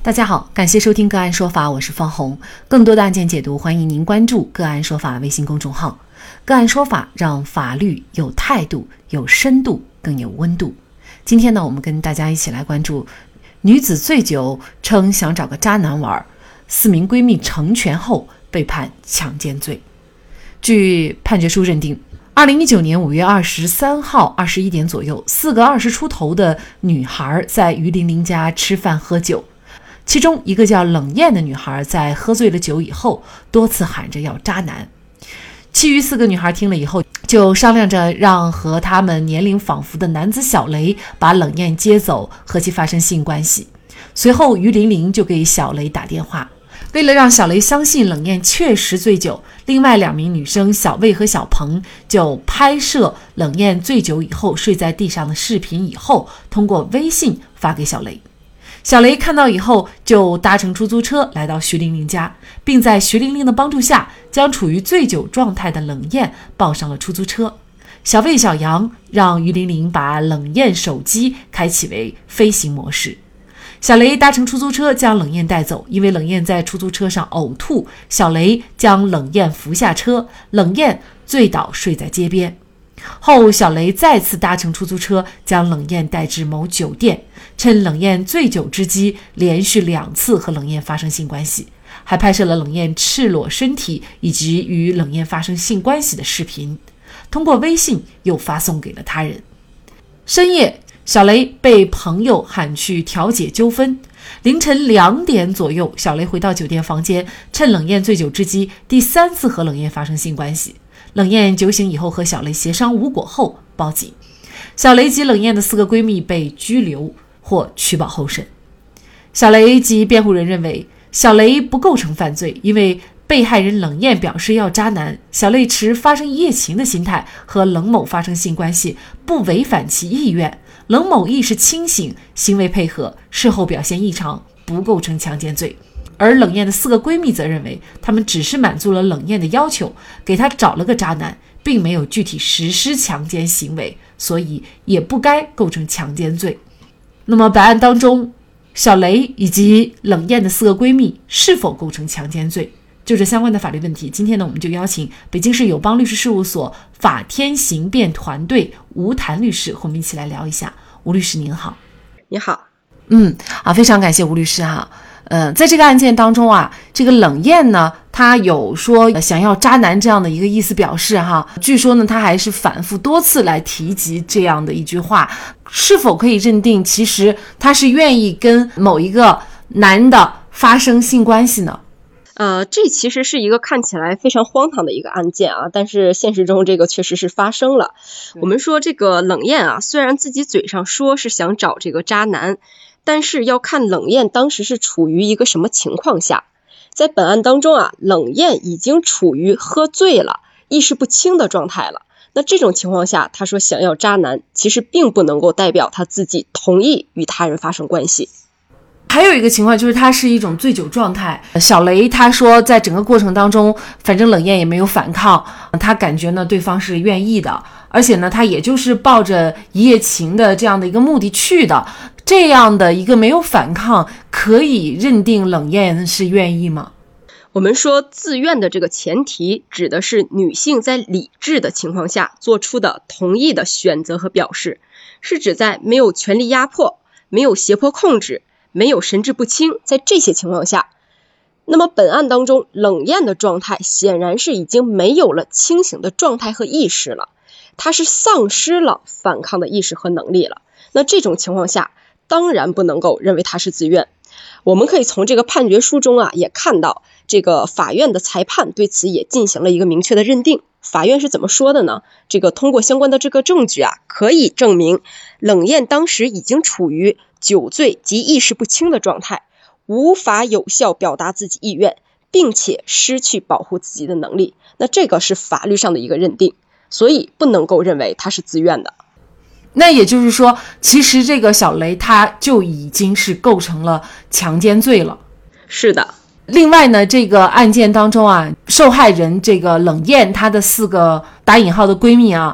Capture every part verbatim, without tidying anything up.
大家好，感谢收听个案说法，我是方红。更多的案件解读，欢迎您关注个案说法微信公众号。个案说法让法律有态度、有深度、更有温度。今天呢，我们跟大家一起来关注女子醉酒称想找个渣男玩，四名闺蜜成全后被判强奸罪。据判决书认定，二零一九年五月二十三号二十一点左右，四个二十出头的女孩在于玲玲家吃饭喝酒。其中一个叫冷艳的女孩在喝醉了酒以后多次喊着要渣男，其余四个女孩听了以后就商量着让和她们年龄仿佛的男子小雷把冷艳接走，和其发生性关系。随后于玲玲就给小雷打电话，为了让小雷相信冷艳确实醉酒，另外两名女生小魏和小鹏就拍摄冷艳醉酒以后睡在地上的视频，以后通过微信发给小雷。小雷看到以后就搭乘出租车来到徐玲玲家，并在徐玲玲的帮助下将处于醉酒状态的冷艳抱上了出租车。小魏、小杨让于玲玲把冷艳手机开启为飞行模式。小雷搭乘出租车将冷艳带走，因为冷艳在出租车上呕吐，小雷将冷艳扶下车，冷艳醉倒睡在街边。后小雷再次搭乘出租车将冷艳带至某酒店，趁冷艳醉酒之机连续两次和冷艳发生性关系，还拍摄了冷艳赤裸身体以及与冷艳发生性关系的视频，通过微信又发送给了他人。深夜，小雷被朋友喊去调解纠纷。凌晨两点左右，小雷回到酒店房间，趁冷艳醉酒之机第三次和冷艳发生性关系。冷艳酒醒以后和小雷协商无果后报警，小雷及冷艳的四个闺蜜被拘留或取保候审。小雷及辩护人认为小雷不构成犯罪，因为被害人冷艳表示要渣男，小雷持发生一夜情的心态和冷某发生性关系，不违反其意愿，冷某意识清醒，行为配合，事后表现异常，不构成强奸罪。而冷艳的四个闺蜜则认为她们只是满足了冷艳的要求，给她找了个渣男，并没有具体实施强奸行为，所以也不该构成强奸罪。那么本案当中，小雷以及冷艳的四个闺蜜是否构成强奸罪？就这相关的法律问题，今天呢，我们就邀请北京市友邦律师事务所法天刑辩团队吴谭律师和我们一起来聊一下。吴律师您好。 你好。 嗯，啊，非常感谢吴律师哈。呃，在这个案件当中啊，这个冷艳呢，她有说、呃、想要渣男这样的一个意思表示哈。据说呢，她还是反复多次来提及这样的一句话，是否可以认定其实她是愿意跟某一个男的发生性关系呢？ 呃，这其实是一个看起来非常荒唐的一个案件啊，但是现实中这个确实是发生了。我们说这个冷艳啊，虽然自己嘴上说是想找这个渣男，但是要看冷艳当时是处于一个什么情况下。在本案当中啊，冷艳已经处于喝醉了、意识不清的状态了。那这种情况下，他说想要渣男，其实并不能够代表他自己同意与他人发生关系。 还有一个情况就是他是一种醉酒状态，小雷他说在整个过程当中反正冷艳也没有反抗，他感觉呢对方是愿意的，而且呢他也就是抱着一夜情的这样的一个目的去的，这样的一个没有反抗，可以认定冷艳是愿意吗？ 我们说自愿的这个前提指的是女性在理智的情况下做出的同意的选择和表示，是指在没有权力压迫、没有胁迫控制、没有神志不清，在这些情况下，那么本案当中冷艳的状态显然是已经没有了清醒的状态和意识了，她是丧失了反抗的意识和能力了。那这种情况下当然不能够认为她是自愿。我们可以从这个判决书中啊也看到，这个法院的裁判对此也进行了一个明确的认定。法院是怎么说的呢？这个通过相关的这个证据啊，可以证明冷艳当时已经处于酒醉及意识不清的状态，无法有效表达自己意愿，并且失去保护自己的能力。那这个是法律上的一个认定，所以不能够认为他是自愿的。 那也就是说，其实这个小雷他就已经是构成了强奸罪了。 是的。 另外呢，这个案件当中啊，受害人这个冷艳她的四个打引号的闺蜜啊，她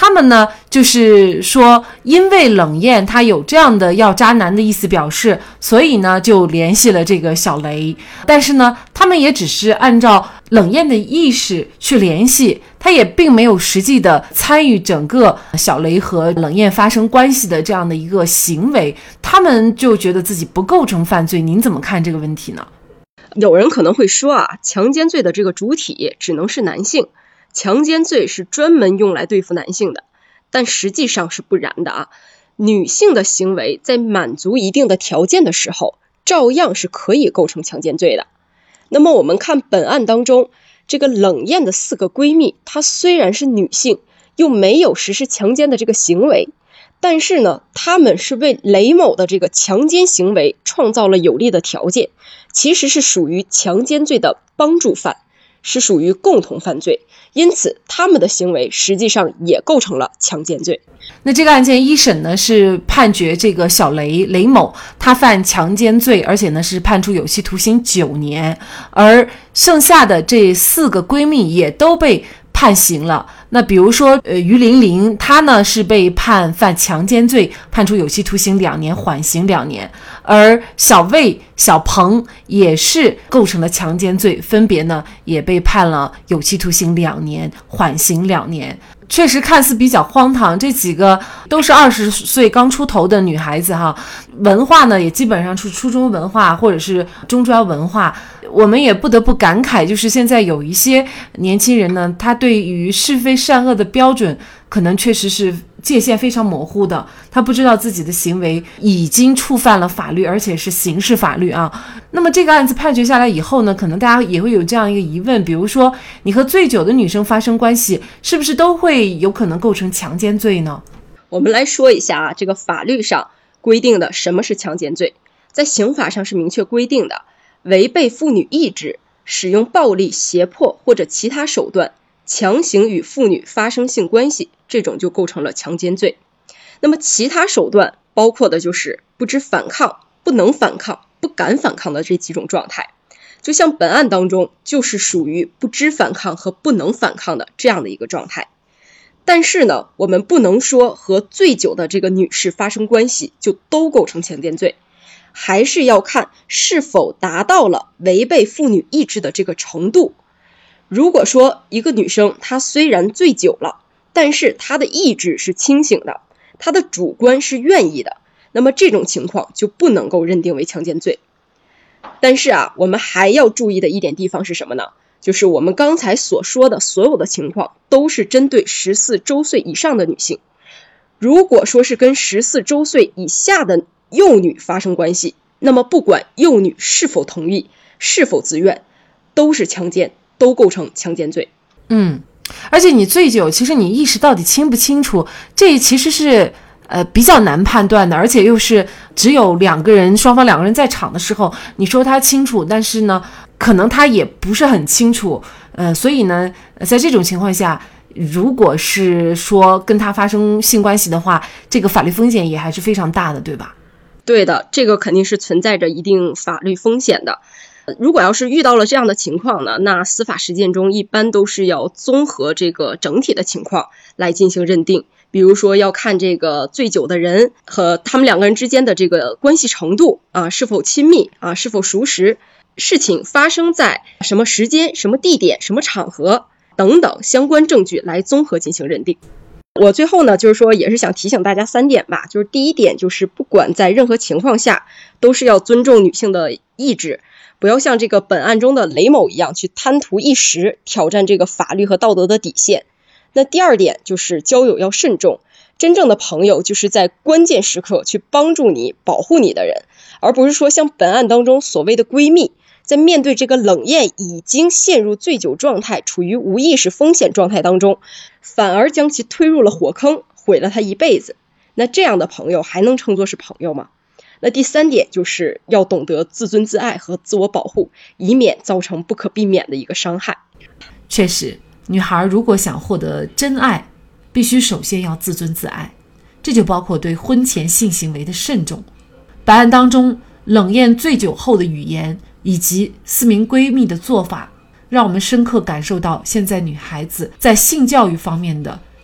他们呢就是说因为冷艳他有这样的要渣男的意思表示，所以呢就联系了这个小雷，但是呢他们也只是按照冷艳的意识去联系，他也并没有实际的参与整个小雷和冷艳发生关系的这样的一个行为，他们就觉得自己不构成犯罪。您怎么看这个问题呢？ 有人可能会说啊，强奸罪的这个主体只能是男性，强奸罪是专门用来对付男性的，但实际上是不然的啊。女性的行为在满足一定的条件的时候，照样是可以构成强奸罪的。那么我们看本案当中，这个冷艳的四个闺蜜，她虽然是女性，又没有实施强奸的这个行为，但是呢，她们是为雷某的这个强奸行为创造了有利的条件，其实是属于强奸罪的帮助犯，是属于共同犯罪，因此他们的行为实际上也构成了强奸罪。 那这个案件一审呢是判决这个小雷雷某他犯强奸罪，而且呢是判处有期徒刑九年，而剩下的这四个闺蜜也都被判刑了。那比如说呃，于玲玲她呢是被判犯强奸罪，判处有期徒刑两年，缓刑两年，而小魏小鹏也是构成了强奸罪，分别呢也被判了有期徒刑两年，缓刑两年。确实看似比较荒唐，这几个都是二十岁刚出头的女孩子哈，文化呢也基本上是初中文化或者是中专文化。我们也不得不感慨，就是现在有一些年轻人呢，他对于是非善恶的标准可能确实是界限非常模糊的，他不知道自己的行为已经触犯了法律，而且是刑事法律啊。那么这个案子判决下来以后呢，可能大家也会有这样一个疑问，比如说你和醉酒的女生发生关系，是不是都会有可能构成强奸罪呢？ 我们来说一下啊，这个法律上规定的什么是强奸罪。在刑法上是明确规定的，违背妇女意志，使用暴力、胁迫或者其他手段强行与妇女发生性关系，这种就构成了强奸罪。那么其他手段包括的就是不知反抗、不能反抗、不敢反抗的这几种状态。就像本案当中就是属于不知反抗和不能反抗的这样的一个状态。但是呢，我们不能说和醉酒的这个女士发生关系就都构成强奸罪，还是要看是否达到了违背妇女意志的这个程度。如果说一个女生她虽然醉酒了，但是她的意志是清醒的，她的主观是愿意的，那么这种情况就不能够认定为强奸罪。但是啊，我们还要注意的一点地方是什么呢？就是我们刚才所说的所有的情况都是针对十四周岁以上的女性。如果说是跟十四周岁以下的幼女发生关系，那么不管幼女是否同意，是否自愿，都是强奸，都构成强奸罪。 嗯，而且你醉酒，其实你意识到底清不清楚，这其实是呃比较难判断的，而且又是只有两个人，双方两个人在场的时候，你说他清楚，但是呢，可能他也不是很清楚，呃，所以呢，在这种情况下，如果是说跟他发生性关系的话，这个法律风险也还是非常大的，对吧？ 对的，这个肯定是存在着一定法律风险的。如果要是遇到了这样的情况呢，那司法实践中一般都是要综合这个整体的情况来进行认定。比如说要看这个醉酒的人和他们两个人之间的这个关系程度啊，是否亲密啊，是否熟识，事情发生在什么时间、什么地点、什么场合等等相关证据来综合进行认定。我最后呢，就是说也是想提醒大家三点吧，就是第一点就是不管在任何情况下都是要尊重女性的意志，不要像这个本案中的雷某一样去贪图一时，挑战这个法律和道德的底线。那第二点就是交友要慎重，真正的朋友就是在关键时刻去帮助你、保护你的人，而不是说像本案当中所谓的闺蜜，在面对这个冷艳已经陷入醉酒状态，处于无意识风险状态当中，反而将其推入了火坑，毁了他一辈子。那这样的朋友还能称作是朋友吗？那第三点就是要懂得自尊自爱和自我保护，以免造成不可避免的一个伤害。 确实，女孩如果想获得真爱，必须首先要自尊自爱，这就包括对婚前性行为的慎重。本案当中，冷艳醉酒后的语言以及四名闺蜜的做法，让我们深刻感受到现在女孩子在性教育方面的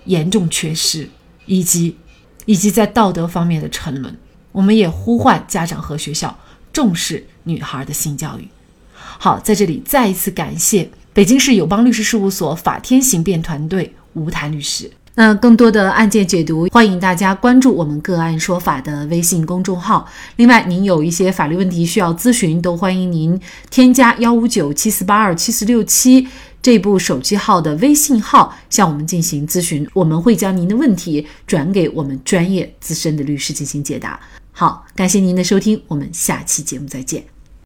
严重缺失，以及以及在道德方面的沉沦。我们也呼唤家长和学校重视女孩的性教育。好，在这里再一次感谢北京市友邦律师事务所法天刑辩团队吴谭律师。那更多的案件解读，欢迎大家关注我们个案说法的微信公众号。另外，您有一些法律问题需要咨询，都欢迎您添加一五九七四八二七四六七这部手机号的微信号向我们进行咨询，我们会将您的问题转给我们专业资深的律师进行解答。好，感谢您的收听，我们下期节目再见。